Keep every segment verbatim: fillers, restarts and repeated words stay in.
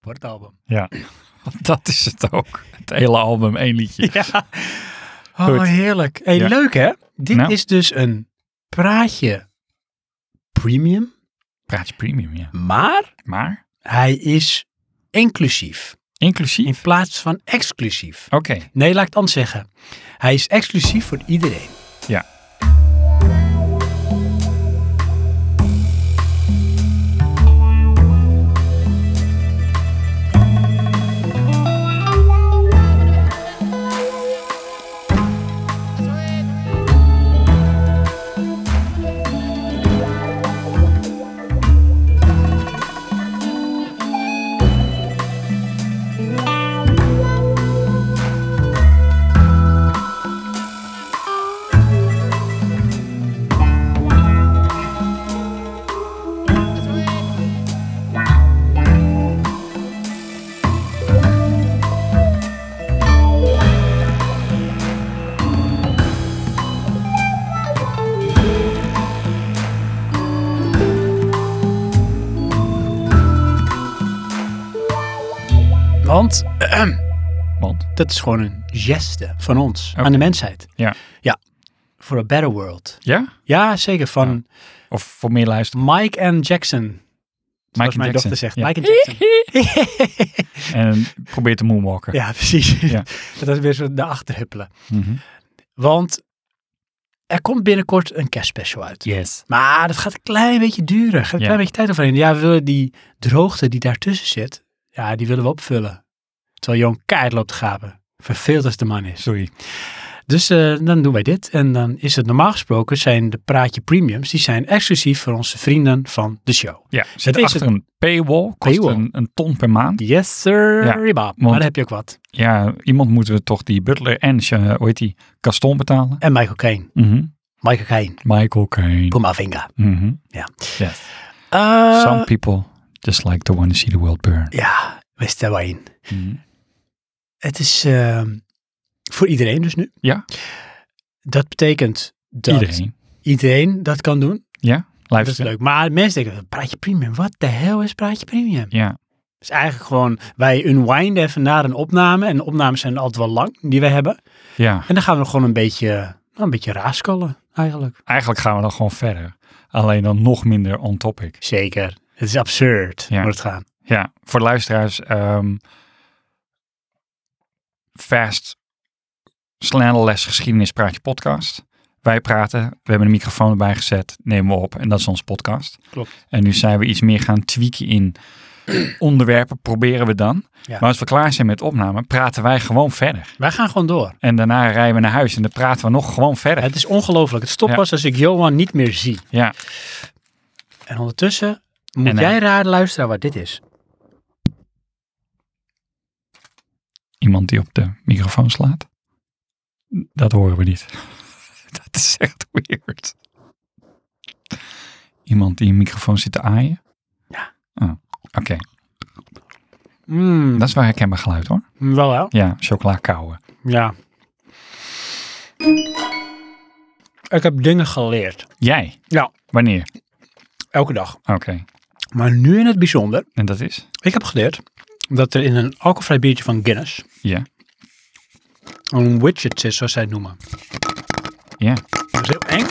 voor het album. Ja, dat is het ook. Het hele album, één liedje. Ja. Oh, Goed. heerlijk. Hey, Ja. leuk hè? Dit Nou. is dus een praatje premium, Praatje premium, ja. maar Maar, hij is inclusief inclusief? in plaats van exclusief. Oké, Nee, laat ik het anders zeggen. Hij is exclusief voor iedereen. ja. Want Want, dat is gewoon een geste van ons Oké. aan de mensheid. ja. Ja, for a better world. Ja? Ja, zeker. Van Of voor meer luisteren. Mike en Jackson. Zoals mijn Jackson. dochter zegt. Ja. Mike en Jackson. En probeer te moonwalken. Ja, precies. Ja. Dat is weer zo de achterhuppelen. Mhm. Want er komt binnenkort een kerstspecial uit. Yes. Maar dat gaat een klein beetje duren. Er gaat een Ja. klein beetje tijd overheen. Ja, we willen die droogte die daartussen zit, ja, die willen we opvullen. Terwijl Johan keihard loopt te gapen. Verveeld als de man is. Sorry. Dus uh, dan doen wij dit. En dan is het normaal gesproken, zijn de Praatje Premiums, die zijn exclusief voor onze vrienden van de show. Ja, zit is achter het- een paywall. Kost Paywall. Een, een ton per maand. Yes, sir. Ja, Bob. Maar want- dan heb je ook wat. Ja, iemand moeten we toch die Butler en, uh, hoe heet die, Gaston betalen. En Michael Caine. Mhm. Michael Caine. Michael Caine. Pumavinga. Mhm. Ja. Yes. Uh, Some people just like to want to see the world burn. Ja, wist er wel in. Mhm. Het is uh, voor iedereen dus nu. Ja. Dat betekent dat Iedereen. iedereen dat kan doen. Ja, Dat is luisteren. leuk. Maar mensen denken, Praatje Premium, wat de hel is Praatje Premium? Ja, Het is eigenlijk gewoon, wij unwinden even naar een opname. En de opnames zijn altijd wel lang, die wij hebben. ja. En dan gaan we nog gewoon een beetje, nou, een beetje raaskallen, eigenlijk. Eigenlijk gaan we dan gewoon verder. Alleen dan nog minder on topic. Zeker. Het is absurd, Ja. moet het gaan. Ja, voor de luisteraars. Um, fast slenderles geschiedenis praatje podcast. Wij praten, we hebben een microfoon erbij gezet, nemen we op en dat is onze podcast. Klopt. En nu zijn we iets meer gaan tweaken in onderwerpen, proberen we dan. Ja. Maar als we klaar zijn met opname, praten wij gewoon verder. Wij gaan gewoon door. En daarna rijden we naar huis en dan praten we nog gewoon verder. Het is ongelooflijk. Het stopt Ja. pas als ik Johan niet meer zie. Ja, En ondertussen moet En, uh, jij raden, luisteren wat dit is. iemand die op de microfoon slaat. Dat horen we niet. Dat is echt weird. Iemand die een microfoon zit te aaien? Ja. Oh, oké. Mm, Dat is wel herkenbaar geluid hoor. wel hè? Ja, chocola kauwen. Ja. Ik heb dingen geleerd. Jij? Ja. Wanneer? Elke dag. Oké. Maar nu in het bijzonder. En dat is? Ik heb geleerd dat er in een alcoholvrij biertje van Guinness Ja. een widget zit, zoals zij het noemen. Ja. Dat is heel eng.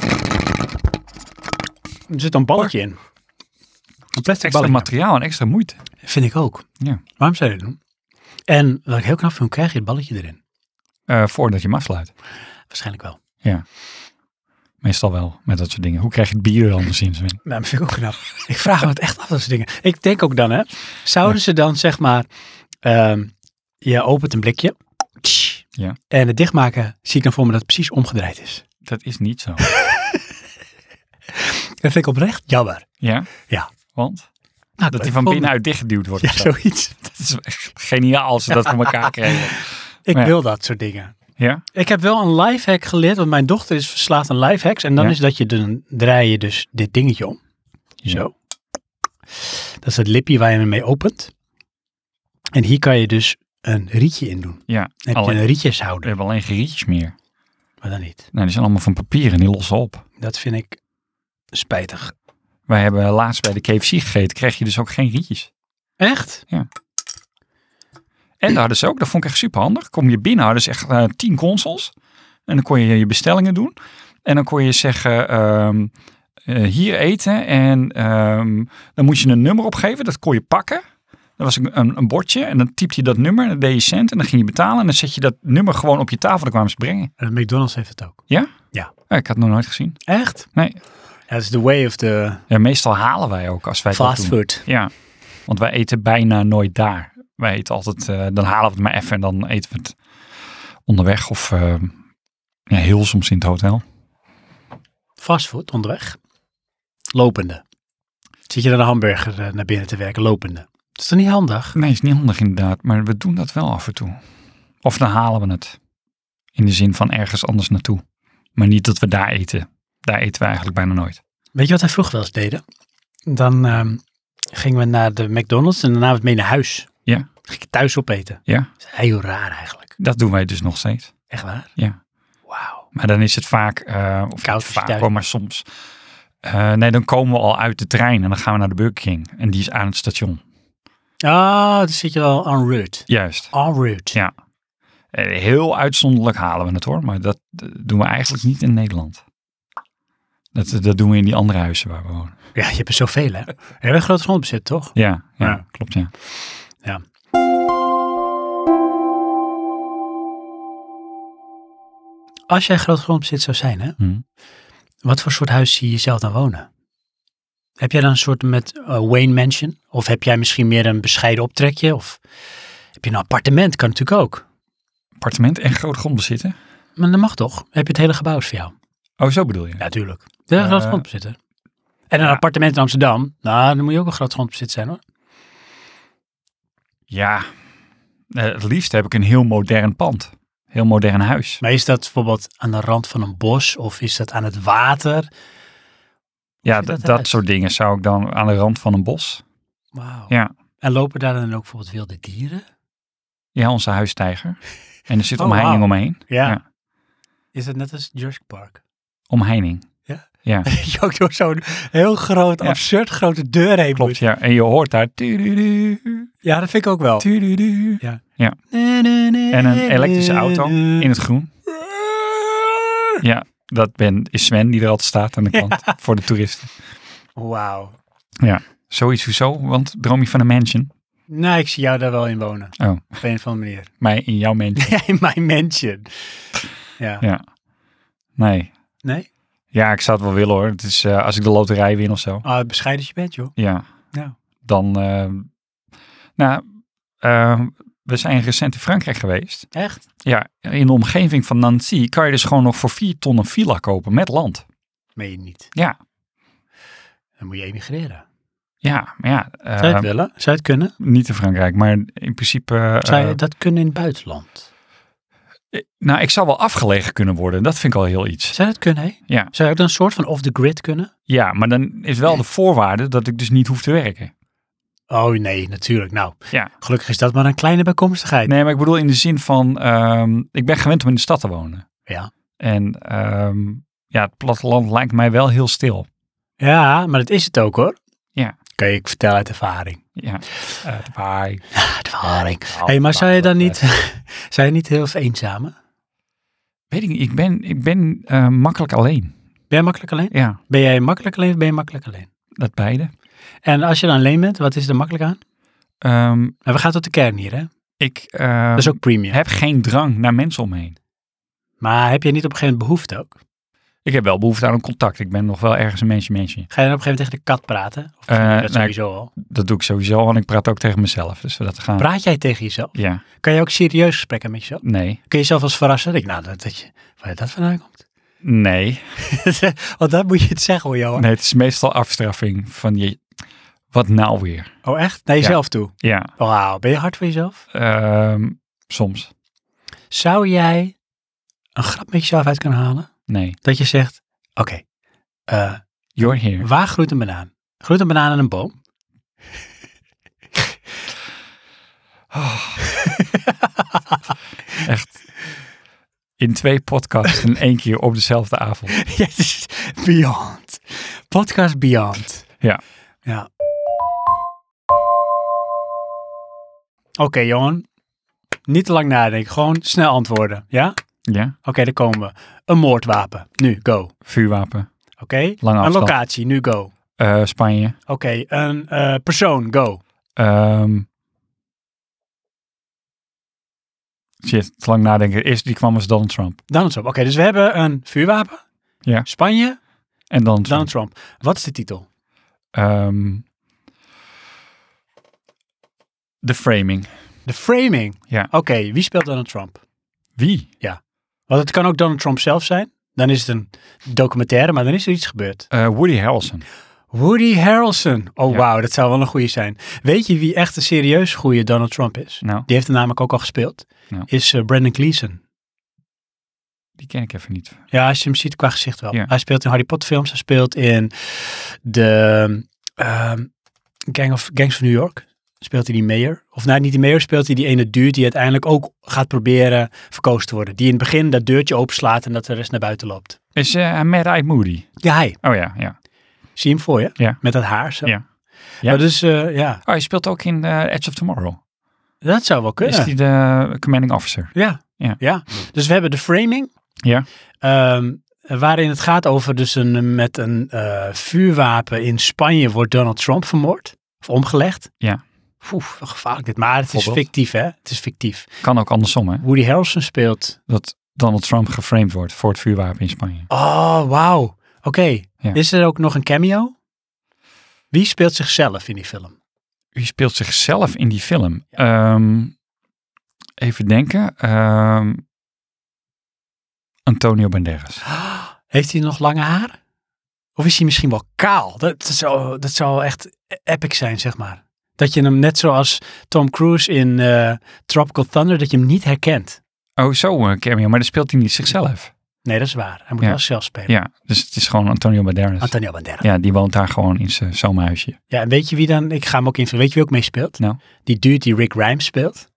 Er zit een balletje in. Een plastic Extra balletje. materiaal en extra moeite. Vind ik ook. Ja. Waarom zou je dat doen? En wat ik heel knap vind, hoe krijg je het balletje erin? Uh, voordat je hem afsluit. Waarschijnlijk wel. Ja. Meestal wel, met dat soort dingen. Hoe krijg je het bier er anders in, Sven? Nou, dat vind ik ook knap. Ik vraag me het echt af, dat soort dingen. Ik denk ook dan, hè. Zouden Ja. ze dan, zeg maar, um, je opent een blikje. Tsch, Ja. En het dichtmaken, zie ik dan voor me dat het precies omgedraaid is. Dat is niet zo. Dat vind ik oprecht jammer. Ja? Ja. Want? Nou, Dat hij van binnenuit dichtgeduwd wordt Ja, of zo. zoiets. Dat is echt geniaal als ze dat voor elkaar krijgen. Ik Maar ja. wil dat soort dingen. Ja? Ik heb wel een lifehack geleerd, want mijn dochter is verslaafd aan lifehacks. En dan Ja. is dat je, dan draai je dus dit dingetje om. Ja. Zo. Dat is het lipje waar je hem mee opent. En hier kan je dus een rietje in doen. Ja. Dan heb Alleen, je een we rietjeshouder. hebben alleen geen rietjes meer. Maar dan niet. Nou, die zijn allemaal van papier en die lossen op. Dat vind ik spijtig. Wij hebben laatst bij de K F C gegeten, kreeg je dus ook geen rietjes. Echt? En daar hadden ze ook, dat vond ik echt super handig. Kom je binnen, hadden ze echt uh, tien consoles. En dan kon je je bestellingen doen. En dan kon je zeggen, um, uh, hier eten. En um, dan moest je een nummer opgeven. Dat kon je pakken. Dat was een, een, een bordje. En dan typte je dat nummer. En dan deed je cent. En dan ging je betalen. En dan zet je dat nummer gewoon op je tafel. Dan kwamen ze brengen. En McDonald's heeft het ook. Ja? Ja. ja ik had het nog nooit gezien. Echt? Nee. Ja, dat is the way of the Ja, meestal halen wij ook als wij dat fast doen. food. Ja. Want wij eten bijna nooit daar. Wij eten altijd, uh, dan halen we het maar even. En dan eten we het onderweg. Of uh, ja, heel soms in het hotel. Fastfood onderweg. Lopende. Zit je naar de hamburger uh, naar binnen te werken, lopende. Dat is toch niet handig? Nee, is niet handig inderdaad. Maar we doen dat wel af en toe. Of dan halen we het. In de zin van ergens anders naartoe. Maar niet dat we daar eten. Daar eten we eigenlijk bijna nooit. Weet je wat wij vroeger wel eens deden? Dan um, gingen we naar de McDonald's en daarna we het mee naar huis. Ja. Dan ging ik thuis opeten. Ja. Dat is heel raar eigenlijk. Dat doen wij dus nog steeds. Echt waar? Ja. Wauw. Maar dan is het vaak, uh, of Koud niet vaak thuis. hoor, maar soms. Uh, nee, dan komen we al uit de trein en dan gaan we naar de Burger King. En die is aan het station. Ah, dan zit je al en route. Juist. En route. Ja. Uh, heel uitzonderlijk halen we het hoor. Maar dat uh, doen we eigenlijk niet in Nederland. Dat, dat doen we in die andere huizen waar we wonen. Ja, je hebt er zoveel hè. Je hebt een groot grondbezit toch? Ja, ja, Ja. klopt ja. Ja. Als jij groot grondbezit zou zijn, hè, Hm. wat voor soort huis zie je jezelf dan wonen? Heb jij dan een soort met uh, Wayne Mansion? Of heb jij misschien meer een bescheiden optrekje? Of heb je een appartement? Kan natuurlijk ook. Appartement en groot grondbezitten? Maar dat mag toch? Heb je het hele gebouw is voor jou? Oh, zo bedoel je? Ja, tuurlijk. De Uh, groot grondbezitter. En een ja. appartement in Amsterdam, nou, dan moet je ook een groot grondbezit zijn hoor. Ja, uh, het liefst heb ik een heel modern pand. Heel modern huis. Maar is dat bijvoorbeeld aan de rand van een bos? Of is dat aan het water? Ja, ziet d- dat dat, eruit? soort dingen zou ik dan aan de rand van een bos. Wauw. Ja, En lopen daar dan ook bijvoorbeeld wilde dieren? ja onze huistijger. En er zit Oh, omheining wauw. omheen. Ja. Ja. Is het net als Jurassic Park? Omheining. Ja? Ja, Dat je ook door zo'n heel groot, Ja. absurd grote deur heen klopt moet. ja. En je hoort daar... tududu, Ja, dat vind ik ook wel. tududu, Ja. Ja. En een elektrische auto in het groen. Ja, dat ben, is Sven die er altijd staat aan de kant voor de toeristen. Wauw. Ja, zoiets hoezo? Want droom je van een mansion? Nou, ik zie jou daar wel in wonen. Oh, Op een of andere manier. maar in jouw mansion? Ja, in mijn mansion. Ja. Ja. Nee. Nee? Ja, ik zou het wel willen hoor. Het is uh, als ik de loterij win of zo. Ah, bescheiden als je bent, joh. Ja. Ja. Dan, uh, nou, uh, we zijn recent in Frankrijk geweest. Echt? Ja, in de omgeving van Nancy kan je dus gewoon nog voor vier ton een villa kopen met land. Meen je niet. Ja. Dan moet je emigreren. Ja, maar ja. Uh, Zou je het willen? Zou je het kunnen? Niet in Frankrijk, maar in principe... Uh, Zou je dat kunnen in het buitenland? Nou, ik zou wel afgelegen kunnen worden. Dat vind ik al heel iets. Zou je dat kunnen, hè? Ja. Zou je ook dan een soort van off-the-grid kunnen? Ja, maar dan is wel de voorwaarde dat ik dus niet hoef te werken. Oh nee, natuurlijk. Nou, Ja. gelukkig is dat maar een kleine bijkomstigheid. Nee, maar ik bedoel in de zin van... Um, ik ben gewend om in de stad te wonen. Ja. En um, ja, het platteland lijkt mij wel heel stil. Ja, maar dat is het ook hoor. Ja. Kan je ik vertel uit ervaring. Ja, uh, waar. Ervaring. Hé, hey, maar zou je dan niet, zou je niet heel veel eenzamen? Weet ik niet, ik ben, ik ben uh, makkelijk alleen. Ben jij makkelijk alleen? Ja, Ben jij makkelijk alleen of ben je makkelijk alleen? dat beide. En als je dan alleen bent, wat is er makkelijk aan? Um, Maar we gaan tot de kern hier, hè? ik uh, Dat is ook premium. heb geen drang naar mensen om me heen. Maar heb je niet op een gegeven moment behoefte ook? Ik heb wel behoefte aan een contact. Ik ben nog wel ergens een mensje mensje. Ga je dan op een gegeven moment tegen de kat praten? Of Uh, dat nou, sowieso al? Dat doe ik sowieso, want ik praat ook tegen mezelf. Dus we dat gaan. Praat jij tegen jezelf? Ja, Kan je ook serieus gesprekken met jezelf? nee, Kun je jezelf als verrassen? Ik, nou, dat, dat je, waar dat vandaan komt. nee. Want dan moet je het zeggen hoor, Johan. Nee, het is meestal afstraffing van je. Wat nou weer? Oh echt? Naar jezelf toe? Ja, Wauw, ben je hard voor jezelf? um, soms. Zou jij een grap met jezelf uit kunnen halen? Nee. Dat je zegt, oké, okay, uh, You're here. waar groeit een banaan? Groeit een banaan in een boom? Oh. Echt. In twee podcasts en één keer op dezelfde avond. Ja, het is beyond. Podcast beyond. Ja. Ja. Oké, okay, Johan. Niet te lang nadenken. Gewoon snel antwoorden. Ja? Ja. Oké, okay, daar komen we. Een moordwapen. Nu, go. Vuurwapen. Oké. Okay. Lange een afstand. locatie. Nu, go. Uh, Spanje. Oké, okay. een uh, persoon. Go. Um, shit, te lang nadenken. Eerst die kwam als Donald Trump. Donald Trump. Oké, okay, dus we hebben een vuurwapen. Ja. Spanje. En Donald Trump. Donald Trump. Wat is de titel? Um, The Framing. The Framing? Ja. Oké, okay, wie speelt Donald Trump? Wie? Ja. Want het kan ook Donald Trump zelf zijn. Dan is het een documentaire, maar dan is er iets gebeurd. Uh, Woody Harrelson. Woody Harrelson. Oh, ja. wauw, dat zou wel een goeie zijn. Weet je wie echt een serieus goede Donald Trump is? Nou. Die heeft hem namelijk ook al gespeeld. Nou. Is uh, Brendan Gleeson. Die ken ik even niet. Ja, als je hem ziet qua gezicht wel. Ja. Hij speelt in Harry Potter films. Hij speelt in de uh, Gang of, Gangs of New York. Speelt hij die mayor? Of nou, niet die mayor, speelt hij die ene dude die uiteindelijk ook gaat proberen verkozen te worden. Die in het begin dat deurtje openslaat en dat de rest naar buiten loopt. Is uh, Mad Eye Moody? Ja, hij. Oh ja, ja. Zie je hem voor je? Ja. Met dat haar zo. Ja. Ja. Maar dus, uh, ja. Oh, hij speelt ook in uh, Edge of Tomorrow. Dat zou wel kunnen. Is hij de commanding officer? Ja. Ja. ja. Dus we hebben de framing. Ja. Um, waarin het gaat over dus een, met een uh, vuurwapen in Spanje wordt Donald Trump vermoord. Of omgelegd. Ja. Oeh, gevaarlijk dit. Maar het is fictief, hè? Het is fictief. Kan ook andersom, hè? Woody Harrelson speelt... Dat Donald Trump geframed wordt voor het vuurwapen in Spanje. Oh, wauw. Oké. Okay. Ja. Is er ook nog een cameo? Wie speelt zichzelf in die film? Wie speelt zichzelf in die film? Ja. Um, even denken. Um, Antonio Banderas. Heeft hij nog lange haar? Of is hij misschien wel kaal? Dat, dat, zou, dat zou echt epic zijn, zeg maar. Dat je hem net zoals Tom Cruise in uh, Tropical Thunder, dat je hem niet herkent. Oh, zo een cameo. Maar dan speelt hij niet zichzelf. Nee, dat is waar. Hij moet ja. wel zelf spelen. Ja, dus het is gewoon Antonio Banderas. Antonio Banderas. Ja, die woont daar gewoon in zijn zomerhuisje. Ja, en weet je wie dan, ik ga hem ook invullen. Weet je wie ook mee speelt? Nou? Die dude die Rick Grimes speelt.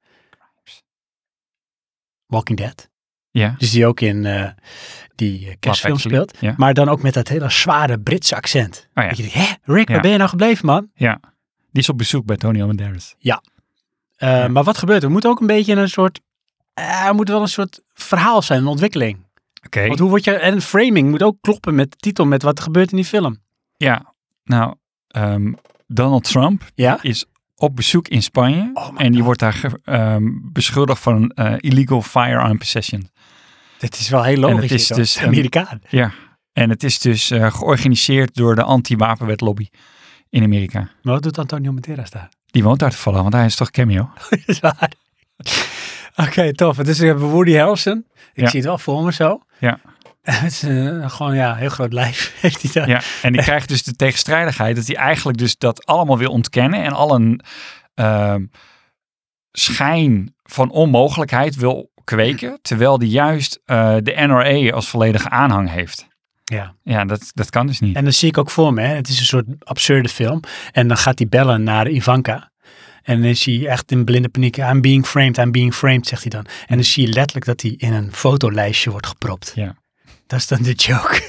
Walking Dead. Ja. Dus die ook in uh, die uh, kerstfilm speelt. Ja. Maar dan ook met dat hele zware Britse accent. Oh, ja. Dat je denkt, hè, Rick, ja. waar ben je nou gebleven, man? Ja, die is op bezoek bij Antonio Banderas. Ja. Uh, ja. Maar wat gebeurt er? We moeten ook een beetje een soort, uh, er moet wel een soort verhaal zijn, een ontwikkeling. Oké. Okay. Want hoe word je, en framing moet ook kloppen met de titel, met wat er gebeurt in die film. Ja, nou, um, Donald Trump ja? is op bezoek in Spanje. Oh en die God. wordt daar um, beschuldigd van een uh, illegal firearm possession. Dit is wel heel logisch. Het is dit, dus Amerikaan. Um, ja, en het is dus uh, georganiseerd door de anti-wapenwetlobby in Amerika. Maar wat doet Antonio Banderas daar? Die woont daar toevallig, want hij is toch cameo. Dat is waar. Oké, okay, tof. Dus we hebben Woody Harrelson. Ik ja. zie het wel voor me zo. Ja. Het is uh, gewoon ja, een heel groot lijf heeft hij daar. Ja, en die krijgt dus de tegenstrijdigheid dat hij eigenlijk dus dat allemaal wil ontkennen en al een uh, schijn van onmogelijkheid wil kweken, terwijl die juist uh, de N R A als volledige aanhang heeft. Ja, ja dat, dat kan dus niet. En dan zie ik ook voor me, hè. Het is een soort absurde film. En dan gaat hij bellen naar Ivanka. En dan is hij echt in blinde paniek. I'm being framed, I'm being framed, zegt hij dan. En dan zie je letterlijk dat hij in een fotolijstje wordt gepropt. Ja. Dat is dan de joke.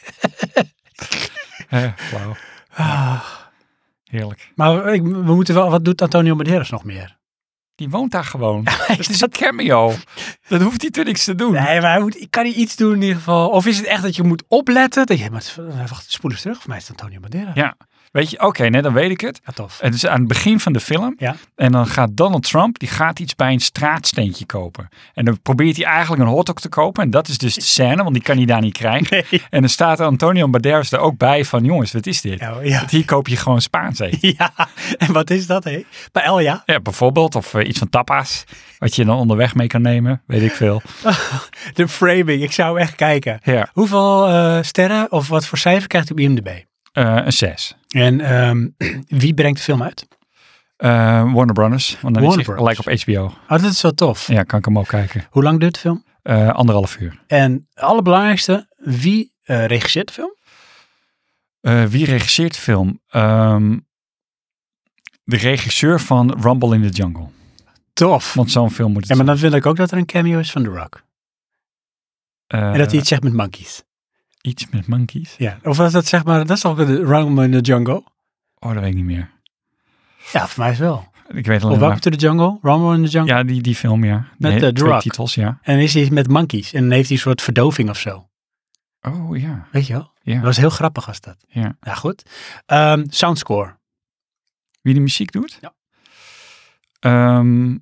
uh, Wauw. Ah. Heerlijk. Maar ik, we moeten wel, wat doet Antonio Banderas nog meer? Die woont daar gewoon. Ja, het is een cameo. Dat hoeft hij toch niks te doen. Nee, maar hij moet, kan hij iets doen in ieder geval? Of is het echt dat je moet opletten? Dat je, maar wacht, spoel eens terug. Voor mij is het Antonio Banderas. Ja. Weet je, oké, okay, nee, dan weet ik het. Ja, tof. Het is aan het begin van de film. Ja. En dan gaat Donald Trump, die gaat iets bij een straatsteentje kopen. En dan probeert hij eigenlijk een hotdog te kopen. En dat is dus de scène, want die kan hij daar niet krijgen. Nee. En dan staat Antonio Banderas er ook bij van, jongens, wat is dit? Ja, ja. Want hier koop je gewoon Spaans eten. Ja, en wat is dat, hé? Bij Elja? Ja, bijvoorbeeld. Of uh, iets van tapas. Wat je dan onderweg mee kan nemen. Weet ik veel. De framing, ik zou echt kijken. Ja. Hoeveel uh, sterren of wat voor cijfer krijgt u op I M D B? Uh, een zes. En um, wie brengt de film uit? Uh, Warner Brothers. Want dan Warner is hij gelijk op H B O. Oh, dat is wel tof. Ja, kan ik hem ook kijken. Hoe lang duurt de film? Uh, anderhalf uur. En het allerbelangrijkste, wie uh, regisseert de film? Uh, wie regisseert de film? Um, de regisseur van Rumble in the Jungle. Tof. Want zo'n film moet het Ja, maar dan wil ik ook dat er een cameo is van The Rock. Uh, en dat hij iets zegt met monkeys. Iets met monkeys? Ja, of was dat zeg maar, dat is toch de Rumble in the Jungle? Oh, dat weet ik niet meer. Ja, voor mij is wel. Ik weet Of alleen Welcome maar. to the Jungle, Rumble in the Jungle. Ja, die, die film, ja. Met, Nee, eh, The twee Rock. titels, ja. En dan is hij met monkeys. En dan heeft hij een soort verdoving of zo. Oh, ja. Weet je wel? Ja. Dat was heel grappig als dat. ja. Ja, goed. Ehm, soundscore. Wie de muziek doet? Ja. Ehm,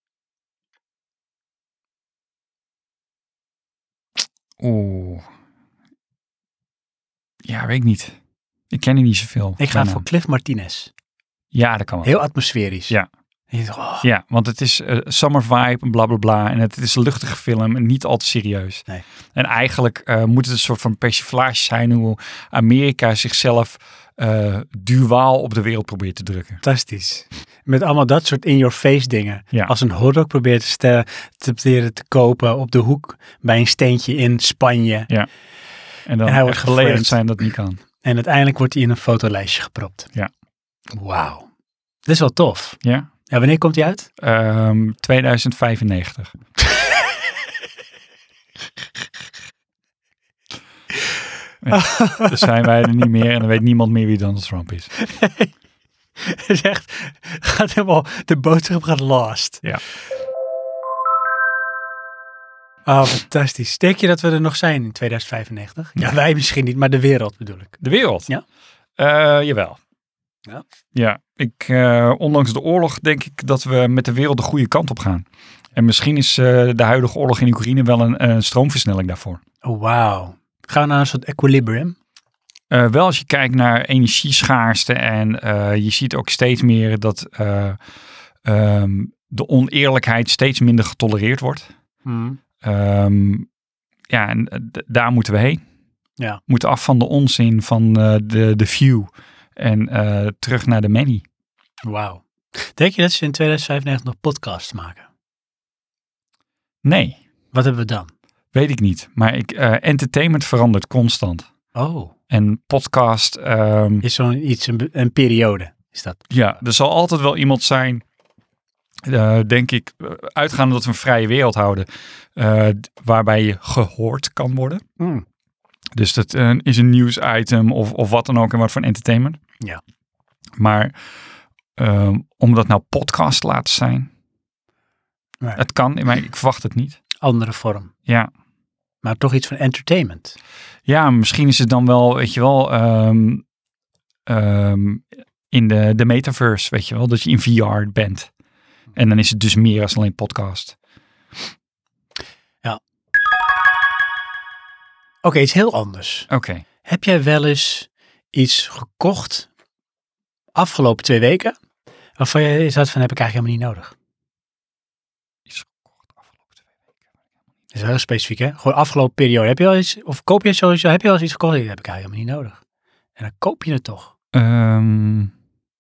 Oeh. Ja, weet ik niet. Ik ken er niet zoveel. Ik ga Bijna. voor Cliff Martinez. Ja, dat kan wel. Heel atmosferisch. Ja. En je denkt, oh, Ja, want het is eh, summer vibe en bla bla bla. En het, het is een luchtige film en niet al te serieus. Nee. En eigenlijk eh, moet het een soort van persiflage zijn hoe Amerika zichzelf eh duaal op de wereld probeert te drukken. fantastisch. Met allemaal dat soort in-your-face dingen. Ja. Als een hotdog probeert te, ste- te, proberen te kopen op de hoek bij een steentje in Spanje. En dan En hij wordt echt beledigd geframed. zijn dat het niet kan. En uiteindelijk wordt hij in een fotolijstje gepropt. Ja. Wauw. Dat is wel tof. Ja. Ja, wanneer komt hij uit? Ehm tweeduizend vijfennegentig. Ja, dan zijn wij er niet meer en dan weet niemand meer wie Donald Trump is. Het is echt, gaat helemaal, de boodschap gaat lost. Ja. Oh, fantastisch. Denk je dat we er nog zijn in tweeduizend vijfennegentig? Ja, wij misschien niet, maar de wereld bedoel ik. De wereld? Ja. Eh, jawel. Ja? Ja, ik, eh, ondanks de oorlog denk ik dat we met de wereld de goede kant op gaan. En misschien is eh, de huidige oorlog in Oekraïne wel een, een stroomversnelling daarvoor. Oh, wauw. Gaan we naar een soort equilibrium? Uh, wel als je kijkt naar energieschaarste en uh, je ziet ook steeds meer dat uh, um, de oneerlijkheid steeds minder getolereerd wordt. Hmm. Um, ja, en d- daar moeten we heen. Ja. We moeten af van de onzin van uh, de, de few en uh, terug naar de many. Wauw. Denk je dat ze in tweeduizend vijfennegentig nog podcasts maken? Nee. Wat hebben we dan? Weet ik niet. Maar ik, uh, entertainment verandert constant. Oh. En podcast... Um, Is zo'n iets, een, een periode, is dat? Ja, er zal altijd wel iemand zijn, uh, denk ik, uitgaande dat we een vrije wereld houden, uh, waarbij je gehoord kan worden. Mm. Dus dat uh, is een nieuwsitem of, of wat dan ook en wat voor entertainment. Ja. Maar um, om dat nou podcast te laten zijn, Nee. het kan, maar ik verwacht het niet. Andere vorm. Ja. Maar toch iets van entertainment. Ja, misschien is het dan wel, weet je wel, um, um, in de, de metaverse, weet je wel, dat je in V R bent. En dan is het dus meer als alleen podcast. Ja. Oké, okay, iets heel anders. Oké. Okay. Heb jij wel eens iets gekocht afgelopen twee weken, waarvan je zat van, heb ik eigenlijk helemaal niet nodig? Iets gekocht afgelopen twee weken? Dat is heel specifiek, hè? Gewoon afgelopen periode. Heb je al iets, of koop je sowieso, heb je al eens iets gekocht? Dat heb ik eigenlijk helemaal niet nodig. En dan koop je het toch? Um,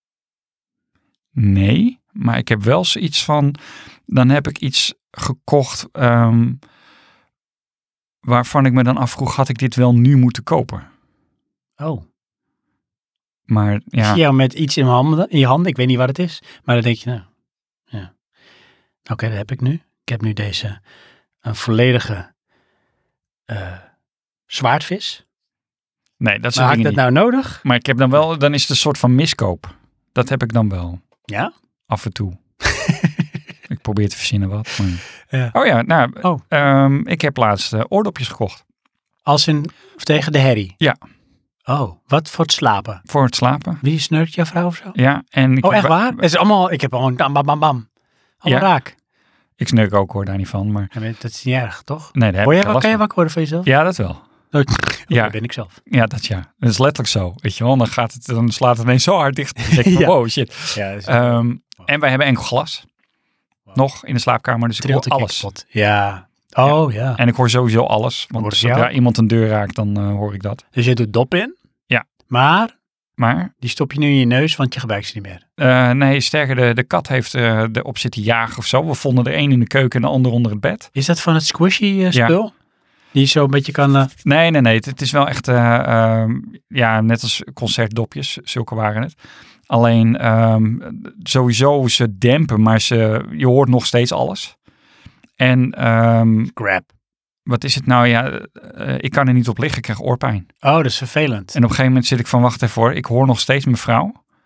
nee, maar ik heb wel zoiets van, dan heb ik iets gekocht um, waarvan ik me dan afvroeg, had ik dit wel nu moeten kopen? Oh. Maar ja. Zie jou met iets in, mijn handen, in je handen, ik weet niet wat het is, maar dan denk je, nou, ja. Oké, okay, dat heb ik nu. Ik heb nu deze, een volledige uh, zwaardvis. Nee, dat maar had ik dat nou nodig? Maar ik heb dan wel, dan is het een soort van miskoop. Dat heb ik dan wel. Ja? Af en toe. Ik probeer te verzinnen wat. Maar... Ja. Oh ja, nou, oh. Um, ik heb laatst uh, oordopjes gekocht. Als in, tegen de herrie? Ja. Oh, wat voor het slapen? Voor het slapen. Wie snurkt jouw vrouw of zo? Ja. En ik oh, heb, echt waar? Het is allemaal, ik heb allemaal bam, bam, bam, bam. Allemaal ja. raak. Ik snurk ook, hoor daar niet van. Maar... Ja, dat is niet erg, toch? Nee, daar Hoor heb je, kan je wakker worden van jezelf? Ja, dat wel. Oh, ja. Dat ben ik zelf. Ja, dat ja. Dat is letterlijk zo. Weet je wel, dan, gaat het, dan slaat het ineens zo hard dicht. Dan denk ik, ja. Wow, shit. Ja, is... um, wow. En wij hebben enkel glas. Wow. Nog in de slaapkamer, dus Trilt ik hoor alles. Kapot. Ja. Oh, ja. ja. En ik hoor sowieso alles. Want zodra iemand een deur raakt, dan uh, hoor ik dat. Dus je doet dop in? Ja. Maar? Maar? Die stop je nu in je neus, want je gebruikt ze niet meer. Uh, nee, sterker, de, de kat heeft uh, erop zitten jagen of zo. We vonden er één in de keuken en de ander onder het bed. Is dat van het squishy uh, spul? Ja. Die zo een beetje kan... Uh... Nee, nee, nee. Het, het is wel echt, uh, uh, ja, net als concertdopjes. Zulke waren het. Alleen, um, sowieso ze dempen, maar ze, je hoort nog steeds alles. En... Um, Crap. Wat is het nou? Ja, uh, ik kan er niet op liggen. Ik krijg oorpijn. Oh, dat is vervelend. En op een gegeven moment zit ik van, wacht even hoor. Ik hoor nog steeds mijn vrouw.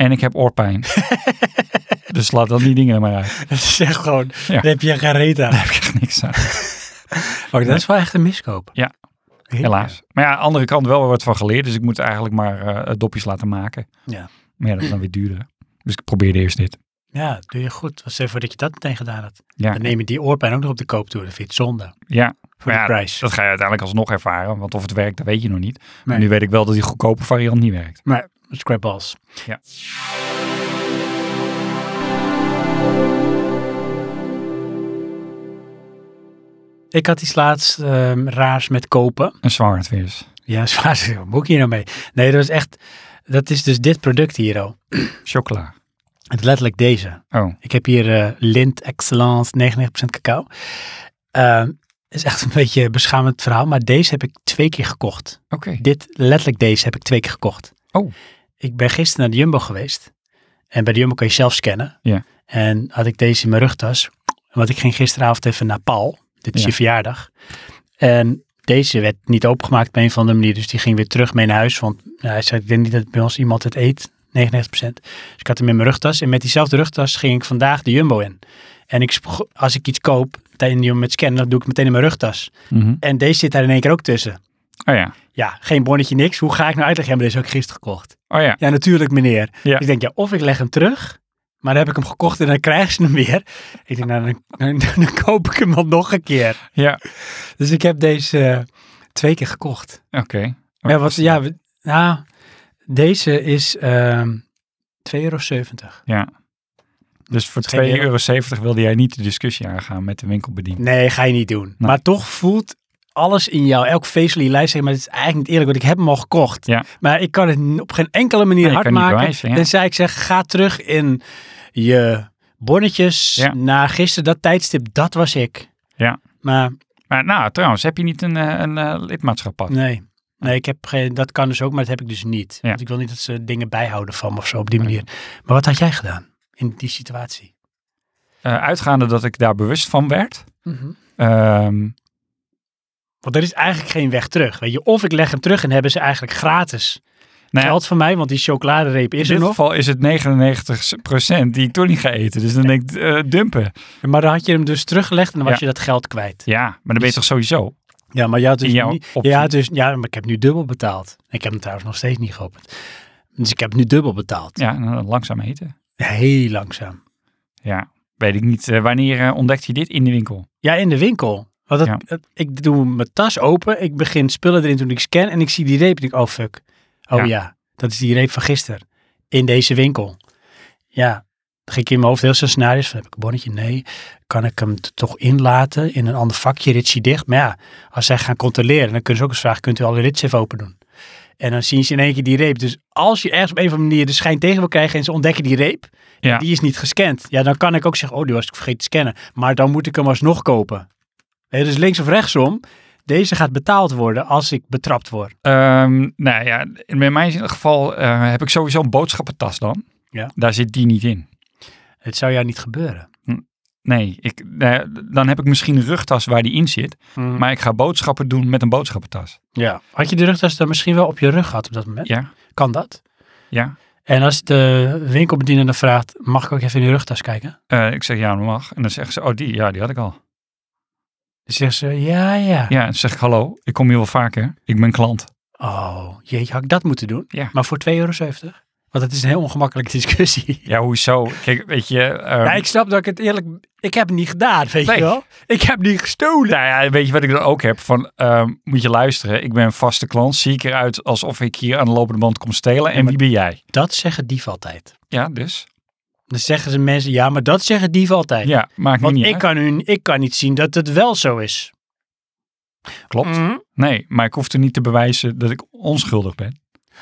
en ik heb oorpijn. Dus laat dan die dingen maar uit. Dat is echt gewoon, Ja. daar heb je geen reet aan. Daar heb ik echt niks aan. Oh, dat is wel echt een miskoop. Ja, helaas. Maar ja, aan de andere kant wel weer wat van geleerd. Dus ik moet eigenlijk maar uh, dopjes laten maken. Ja. Maar ja, dat is dan weer duurder. Dus ik probeerde eerst dit. Ja, doe je goed. Wat zeg voor dat je dat meteen gedaan had. Ja, Dan neem je die oorpijn ook nog op de koop toe. Dat vind je het zonde. ja. Voor Maar de ja, prijs. dat ga je uiteindelijk alsnog ervaren. Want of het werkt, dat weet je nog niet. Maar Nee. nu weet ik wel dat die goedkope variant niet werkt. Maar scrapballs. Ja. Ik had iets laatst um, raars met kopen. Een zwaardvis. Ja, zwaar. Wat moet ik hier nou mee? Nee, dat is echt... Dat is dus dit product hier, oh. Chocola. Het is letterlijk deze. Oh, Ik heb hier uh, Lindt Excellence negenennegentig procent cacao. Uh, is echt een beetje een beschamend verhaal. Maar deze heb ik twee keer gekocht. oké. Okay. Dit, letterlijk deze, heb ik twee keer gekocht. Oh. Ik ben gisteren naar de Jumbo geweest. En bij de Jumbo kan je zelf scannen. Ja. En had ik deze in mijn rugtas. Want ik ging gisteravond even naar Paul. Dit is Ja. je verjaardag. En deze werd niet opengemaakt op een of andere manier. Dus die ging weer terug mee naar huis. Want nou, hij zei, ik denk niet dat bij ons iemand het eet. negenennegentig procent. Dus ik had hem in mijn rugtas. En met diezelfde rugtas ging ik vandaag de Jumbo in. En ik, als ik iets koop, tijdens met scannen, dan doe ik het meteen in mijn rugtas. Mm-hmm. En deze zit daar in één keer ook tussen. Oh ja. Ja, geen bonnetje, niks. Hoe ga ik nou uitleggen? Ja, maar deze heb ik gisteren gekocht. Oh ja. Ja, natuurlijk meneer. Ja. Dus ik denk, ja, of ik leg hem terug. Maar dan heb ik hem gekocht en dan krijgen ze hem weer. Ik denk, nou, dan, dan, dan koop ik hem wel nog een keer. Ja. Dus ik heb deze uh, twee keer gekocht. Oké. Okay. Ja, wat, ja, we, nou, deze is um, twee euro zeventig. Ja. Dus voor twee euro zeventig wilde jij niet de discussie aangaan met de winkelbediening? Nee, ga je niet doen. Nee. Maar toch voelt alles in jou, elk vezel in je lijf zeggen, maar het is eigenlijk niet eerlijk, want ik heb hem al gekocht. Ja. Maar ik kan het op geen enkele manier nee, hard maken. Bewijzen, ja. Tenzij ik zeg, ga terug in je bonnetjes ja. naar gisteren, dat tijdstip, dat was ik. Ja. Maar, maar nou, trouwens, heb je niet een, een, een lidmaatschap? Nee. Nee, ik heb geen, dat kan dus ook, maar dat heb ik dus niet. Ja. Want ik wil niet dat ze dingen bijhouden van me of zo op die manier. Maar wat had jij gedaan in die situatie? Uh, uitgaande dat ik daar bewust van werd. Mm-hmm. Um, Want er is eigenlijk geen weg terug. Weet je, of ik leg hem terug en hebben ze eigenlijk gratis nou ja, geld van mij, want die chocoladereep is er nog. In nog. dit geval is het negenennegentig procent die ik toch niet ga eten. Dus dan denk ik, uh, dumpen. Maar dan had je hem dus teruggelegd en dan was ja. je dat geld kwijt. Ja, maar dan ben je toch sowieso. Ja, maar je had dus jouw niet, ja, dus, ja, maar ik heb nu dubbel betaald. Ik heb hem trouwens nog steeds niet geopend. Dus ik heb nu dubbel betaald. Ja, nou, langzaam eten. Heel langzaam. Ja, weet ik niet. Uh, wanneer uh, ontdekt je dit in de winkel? Ja, in de winkel. Want dat, ja. het, ik doe mijn tas open, ik begin spullen erin toen ik scan en ik zie die reep en ik, oh fuck. Oh ja. ja, dat is die reep van gisteren. In deze winkel. Ja, dan ging ik in mijn hoofd heel snel scenario's van, heb ik een bonnetje? Nee. Kan ik hem t- toch inlaten in een ander vakje, ritje dicht? Maar ja, als zij gaan controleren, dan kunnen ze ook eens vragen, kunt u alle rits even open doen? En dan zien ze in één keer die reep. Dus als je ergens op een of andere manier de schijn tegen wil krijgen en ze ontdekken die reep, ja. die is niet gescand. Ja, dan kan ik ook zeggen, oh, die was ik vergeten te scannen. Maar dan moet ik hem alsnog kopen. Nee, dus links of rechtsom, deze gaat betaald worden als ik betrapt word. Um, nou ja, in mijn geval uh, heb ik sowieso een boodschappentas dan. Ja. Daar zit die niet in. Het zou jou niet gebeuren. Nee, ik, uh, dan heb ik misschien een rugtas waar die in zit. Mm. Maar ik ga boodschappen doen met een boodschappentas. Ja. Had je de rugtas dan misschien wel op je rug gehad op dat moment? Ja. Kan dat? Ja. En als de winkelbediener dan vraagt, mag ik ook even in je rugtas kijken? Uh, ik zeg ja, dat mag. En dan zeggen ze, oh die, ja, die had ik al. Dan zeggen ze, ja, ja. Ja, en dan zeg ik, hallo, ik kom hier wel vaker. Ik ben klant. Oh, jeetje, had ik dat moeten doen? Ja. Maar voor twee euro zeventig? Want het is een heel ongemakkelijke discussie. Ja, hoezo? Kijk, weet je... Um... Ja, ik snap dat ik het eerlijk... Ik heb het niet gedaan, weet nee. je wel? Ik heb niet gestolen. Nou ja, weet je wat ik dan ook heb? Van, um, moet je luisteren. Ik ben een vaste klant. Zie ik eruit alsof ik hier aan de lopende band kom stelen. En ja, wie ben jij? Dat zeggen dieven altijd. Ja, dus... Dan zeggen ze mensen, ja, maar dat zeggen dieven altijd. Ja, maakt Want niet ik uit. kan, u, ik kan niet zien dat het wel zo is. Klopt. Mm-hmm. Nee, maar ik hoef er niet te bewijzen dat ik onschuldig ben.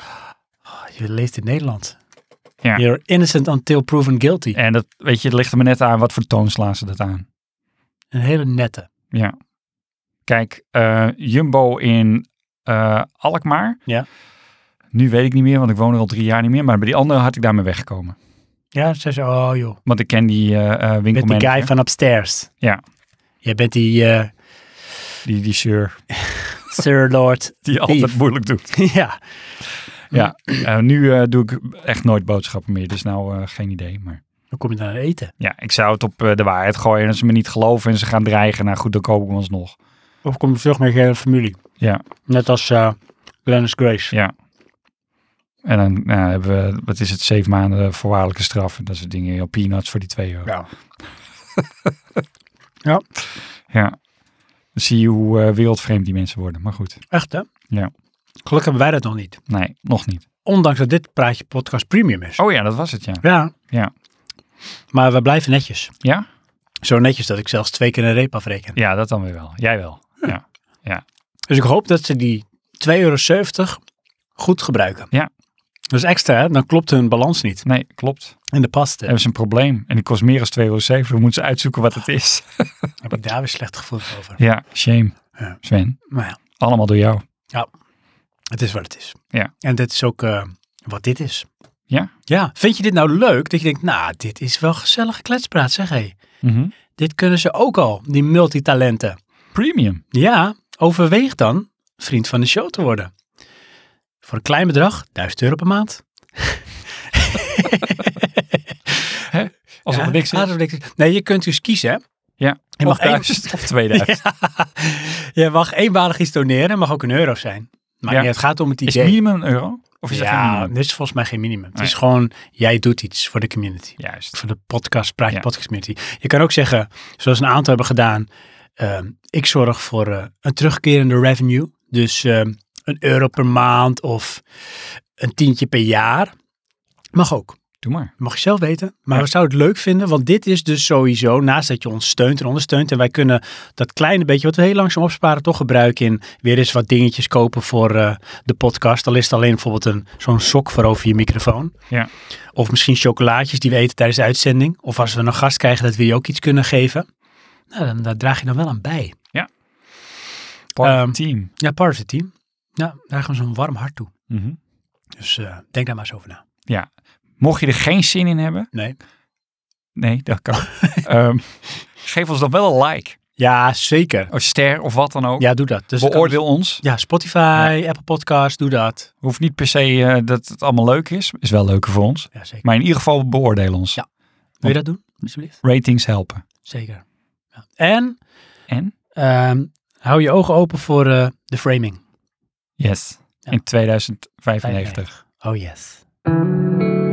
Oh, je leeft in Nederland. Ja. You're innocent until proven guilty. En dat, weet je, het ligt er maar net aan wat voor toon slaan ze dat aan. Een hele nette. Ja. Kijk, uh, Jumbo in uh, Alkmaar. Ja. Nu weet ik niet meer, want ik woon er al drie jaar niet meer. Maar bij die andere had ik daarmee weggekomen. Ja, zei ze, oh joh. Want ik ken die uh, winkelmanager. Met die guy van upstairs. Ja. Jij bent die... Uh, die, die sir. Sir Lord. Die altijd moeilijk doet. Ja. Ja, uh, nu uh, doe ik echt nooit boodschappen meer. Dus nou uh, geen idee. Maar Dan kom je naar eten. ja, ik zou het op uh, de waarheid gooien. En als ze me niet geloven en ze gaan dreigen. Nou goed, dan koop ik hem alsnog. Of kom je terug met je hele familie. Ja. Net als uh, Glennis Grace. Ja. En dan nou, hebben we, wat is het, zeven maanden voorwaardelijke straf. En dat soort dingen. Heel peanuts voor die twee euro. Ja. ja. Ja. Dan zie je hoe uh, wereldvreemd die mensen worden. Maar goed. Echt hè? Ja. Gelukkig hebben wij dat nog niet. Nee, nog niet. Ondanks dat dit Praatje Podcast Premium is. Oh ja, dat was het, ja. Ja. Ja. Maar we blijven netjes. Ja? Zo netjes dat ik zelfs twee keer een reep afreken. Ja, dat dan weer wel. Jij wel. Ja. Ja. Dus ik hoop dat ze die twee euro zeventig goed gebruiken. Ja. Dus extra, hè? Dan klopt hun balans niet. Nee, klopt. En de past. Hebben ze een probleem. En die kost meer dan twee euro zeventig. Dan moeten ze uitzoeken wat het is. Heb ik daar weer slecht gevoel over. Ja, shame. Ja. Sven. Maar ja, Allemaal door jou. het is wat het is. Ja. En dit is ook uh, wat dit is. Ja? Ja. Vind je dit nou leuk? Dat je denkt, nou, dit is wel gezellige kletspraat, zeg hé. Mm-hmm. Dit kunnen ze ook al, die multitalenten. Premium. Ja, overweeg dan vriend van de show te worden. Voor een klein bedrag, duizend euro per maand. Hè? Alsof er niks is. alsof niks is. Nee, je kunt dus kiezen, hè. Ja. Je Of mag één- duizend of tweeduizend. Ja. Je mag eenmalig iets doneren, mag ook een euro zijn. Maar Ja. ja, het gaat om het Is idee. minimum een euro? Of is dat geen ja, minimum? dit is volgens mij geen minimum. Het Nee. is gewoon, jij doet iets voor de community. Juist. Voor de podcast, Praatje Ja. Podcast Community. Je kan ook zeggen, zoals een aantal hebben gedaan, ehm, ik zorg voor uh, een terugkerende revenue. Dus um, een euro per maand of een tientje per jaar. Mag ook. Doe maar. Mag je zelf weten. Maar Ja. we zouden het leuk vinden, want dit is dus sowieso, naast dat je ons steunt en ondersteunt. En wij kunnen dat kleine beetje wat we heel langzaam opsparen toch gebruiken in weer eens wat dingetjes kopen voor uh, de podcast. Al is het alleen bijvoorbeeld een, zo'n sok voor over je microfoon. Ja. Of misschien chocolaatjes die we eten tijdens de uitzending. Of als we een gast krijgen dat we je ook iets kunnen geven. Nou, dan, daar draag je dan wel aan bij. Part of Ehm, the team. Ja, part of the team. Ja, daar gaan we zo'n warm hart toe. Mhm. Dus uh, denk daar maar eens over na. Ja. Mocht je er geen zin in hebben. Nee. Nee, dat kan. um, geef ons dan wel een like. Ja, zeker. Of ster of wat dan ook. Ja, doe dat. Dus het kan- Beoordeel ons. Ja, Spotify, Apple Podcast, doe dat. Hoeft niet per se uh, dat het allemaal leuk is. Is wel leuker voor ons. Ja, zeker. Maar in ieder geval beoordeel ons. Ja. Wil je dat doen, alsjeblieft? Ratings helpen. Zeker. Ja. En En? um, hou je ogen open voor uh, de framing. Yes. Ja. In tweeduizend vijfennegentig. Oh yes.